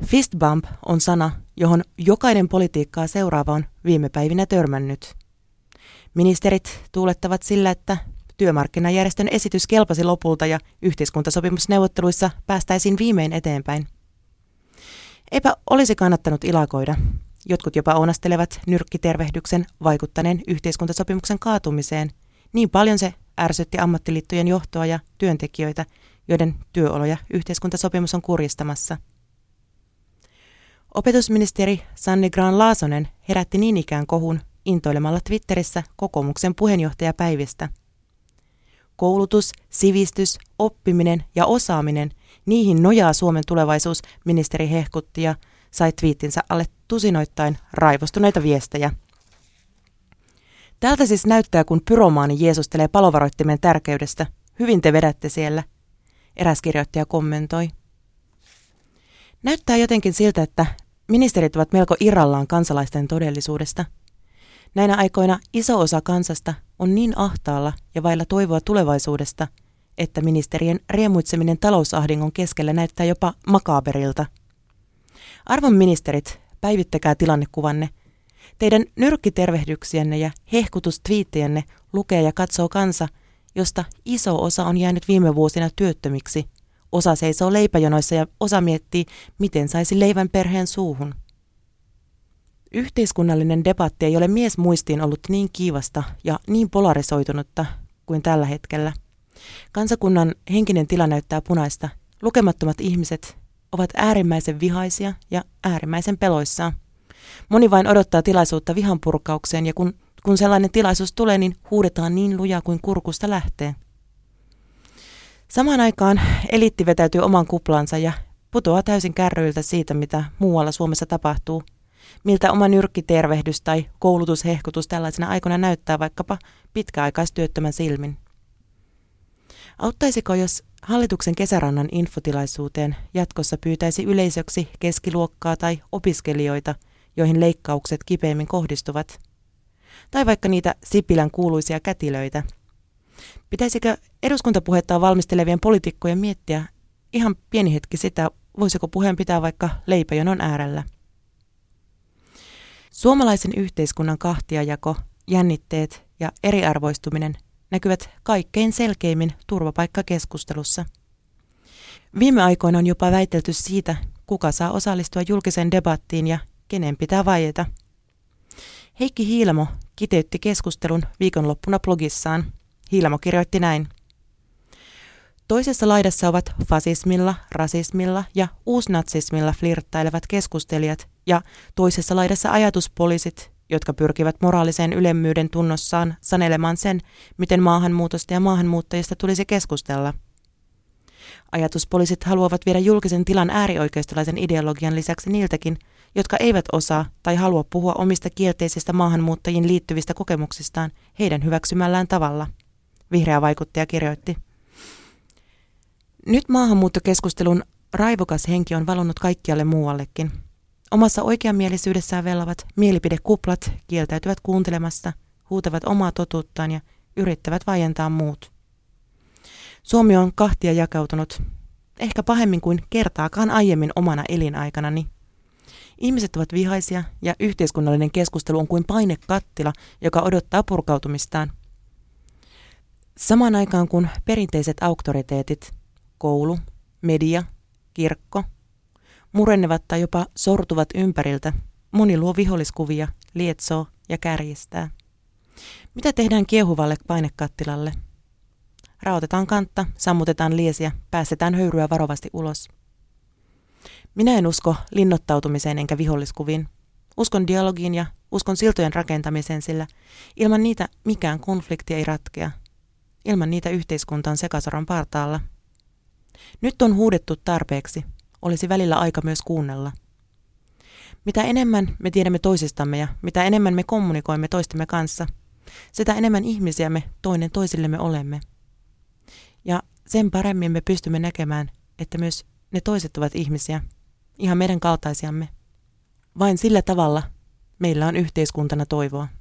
Fist bump on sana, johon jokainen politiikkaa seuraava on viime päivinä törmännyt. Ministerit tuulettavat sillä, että työmarkkinajärjestön esitys kelpasi lopulta ja yhteiskuntasopimusneuvotteluissa päästäisiin viimein eteenpäin. Eipä olisi kannattanut ilakoida. Jotkut jopa ounastelevat nyrkkitervehdyksen vaikuttaneen yhteiskuntasopimuksen kaatumiseen. Niin paljon se ärsytti ammattiliittojen johtoa ja työntekijöitä, joiden työoloja yhteiskuntasopimus on kurjistamassa. Opetusministeri Sanni Grahn-Laasonen herätti niin ikään kohun intoilemalla Twitterissä kokoomuksen puheenjohtajapäivistä. Koulutus, sivistys, oppiminen ja osaaminen, niihin nojaa Suomen tulevaisuus, ministeri hehkutti ja sai twiittinsä alle tusinoittain raivostuneita viestejä. Tältä siis näyttää, kun pyromaani jeesustelee palovaroittimen tärkeydestä. Hyvin te vedätte siellä, eräs kirjoittaja kommentoi. Näyttää jotenkin siltä, että ministerit ovat melko irrallaan kansalaisten todellisuudesta. Näinä aikoina iso osa kansasta on niin ahtaalla ja vailla toivoa tulevaisuudesta, että ministerien riemuitseminen talousahdingon keskellä näyttää jopa makaaberilta. Arvon ministerit, päivittäkää tilannekuvanne. Teidän nyrkkitervehdyksienne ja hehkutustviittejänne lukee ja katsoo kansa, josta iso osa on jäänyt viime vuosina työttömiksi. Osa seisoo leipäjonoissa ja osa miettii, miten saisi leivän perheen suuhun. Yhteiskunnallinen debatti ei ole miesmuistiin ollut niin kiivasta ja niin polarisoitunutta kuin tällä hetkellä. Kansakunnan henkinen tila näyttää punaista. Lukemattomat ihmiset ovat äärimmäisen vihaisia ja äärimmäisen peloissaan. Moni vain odottaa tilaisuutta vihan purkaukseen ja kun sellainen tilaisuus tulee, niin huudetaan niin lujaa kuin kurkusta lähtee. Samaan aikaan eliitti vetäytyy oman kuplansa ja putoaa täysin kärryiltä siitä, mitä muualla Suomessa tapahtuu. Miltä oma nyrkkitervehdys tai koulutushehkutus tällaisena aikana näyttää vaikkapa pitkäaikaistyöttömän silmin. Auttaisiko, jos hallituksen kesärannan infotilaisuuteen jatkossa pyytäisi yleisöksi keskiluokkaa tai opiskelijoita, joihin leikkaukset kipeimmin kohdistuvat? Tai vaikka niitä Sipilän kuuluisia kätilöitä. Pitäisikö eduskuntapuhettaan valmistelevien poliitikkojen miettiä ihan pieni hetki sitä, voisiko puheen pitää vaikka leipäjonon äärellä? Suomalaisen yhteiskunnan kahtiajako, jännitteet ja eriarvoistuminen näkyvät kaikkein selkeimmin turvapaikkakeskustelussa. Viime aikoina on jopa väitelty siitä, kuka saa osallistua julkiseen debattiin ja kenen pitää vaieta. Heikki Hiilamo kiteytti keskustelun viikonloppuna blogissaan. Hiilamo kirjoitti näin. Toisessa laidassa ovat fasismilla, rasismilla ja uusnatsismilla flirttailevat keskustelijat ja toisessa laidassa ajatuspoliisit, jotka pyrkivät moraaliseen ylemmyyden tunnossaan sanelemaan sen, miten maahanmuutosta ja maahanmuuttajista tulisi keskustella. Ajatuspoliisit haluavat viedä julkisen tilan äärioikeistolaisen ideologian lisäksi niiltäkin, jotka eivät osaa tai halua puhua omista kielteisistä maahanmuuttajiin liittyvistä kokemuksistaan heidän hyväksymällään tavalla. Vihreä vaikuttaja kirjoitti. Nyt maahanmuuttokeskustelun raivokas henki on valunut kaikkialle muuallekin. Omassa oikeamielisyydessään vellavat mielipidekuplat kieltäytyvät kuuntelemasta, huutavat omaa totuuttaan ja yrittävät vaientaa muut. Suomi on kahtia jakautunut, ehkä pahemmin kuin kertaakaan aiemmin omana elinaikanani. Ihmiset ovat vihaisia ja yhteiskunnallinen keskustelu on kuin painekattila, joka odottaa purkautumistaan. Samaan aikaan kun perinteiset auktoriteetit, koulu, media, kirkko, murennevat tai jopa sortuvat ympäriltä, moni luo viholliskuvia, lietsoo ja kärjistää. Mitä tehdään kiehuvalle painekattilalle? Raotetaan kantta, sammutetaan liesiä, päästetään höyryä varovasti ulos. Minä en usko linnoittautumiseen enkä viholliskuviin. Uskon dialogiin ja uskon siltojen rakentamiseen, sillä ilman niitä mikään konflikti ei ratkea. Ilman niitä yhteiskunta on sekasoron partaalla. Nyt on huudettu tarpeeksi. Olisi välillä aika myös kuunnella. Mitä enemmän me tiedämme toisistamme ja mitä enemmän me kommunikoimme toistemme kanssa, sitä enemmän ihmisiä me toinen toisillemme olemme. Ja sen paremmin me pystymme näkemään, että myös ne toiset ovat ihmisiä, ihan meidän kaltaisiamme. Vain sillä tavalla meillä on yhteiskuntana toivoa.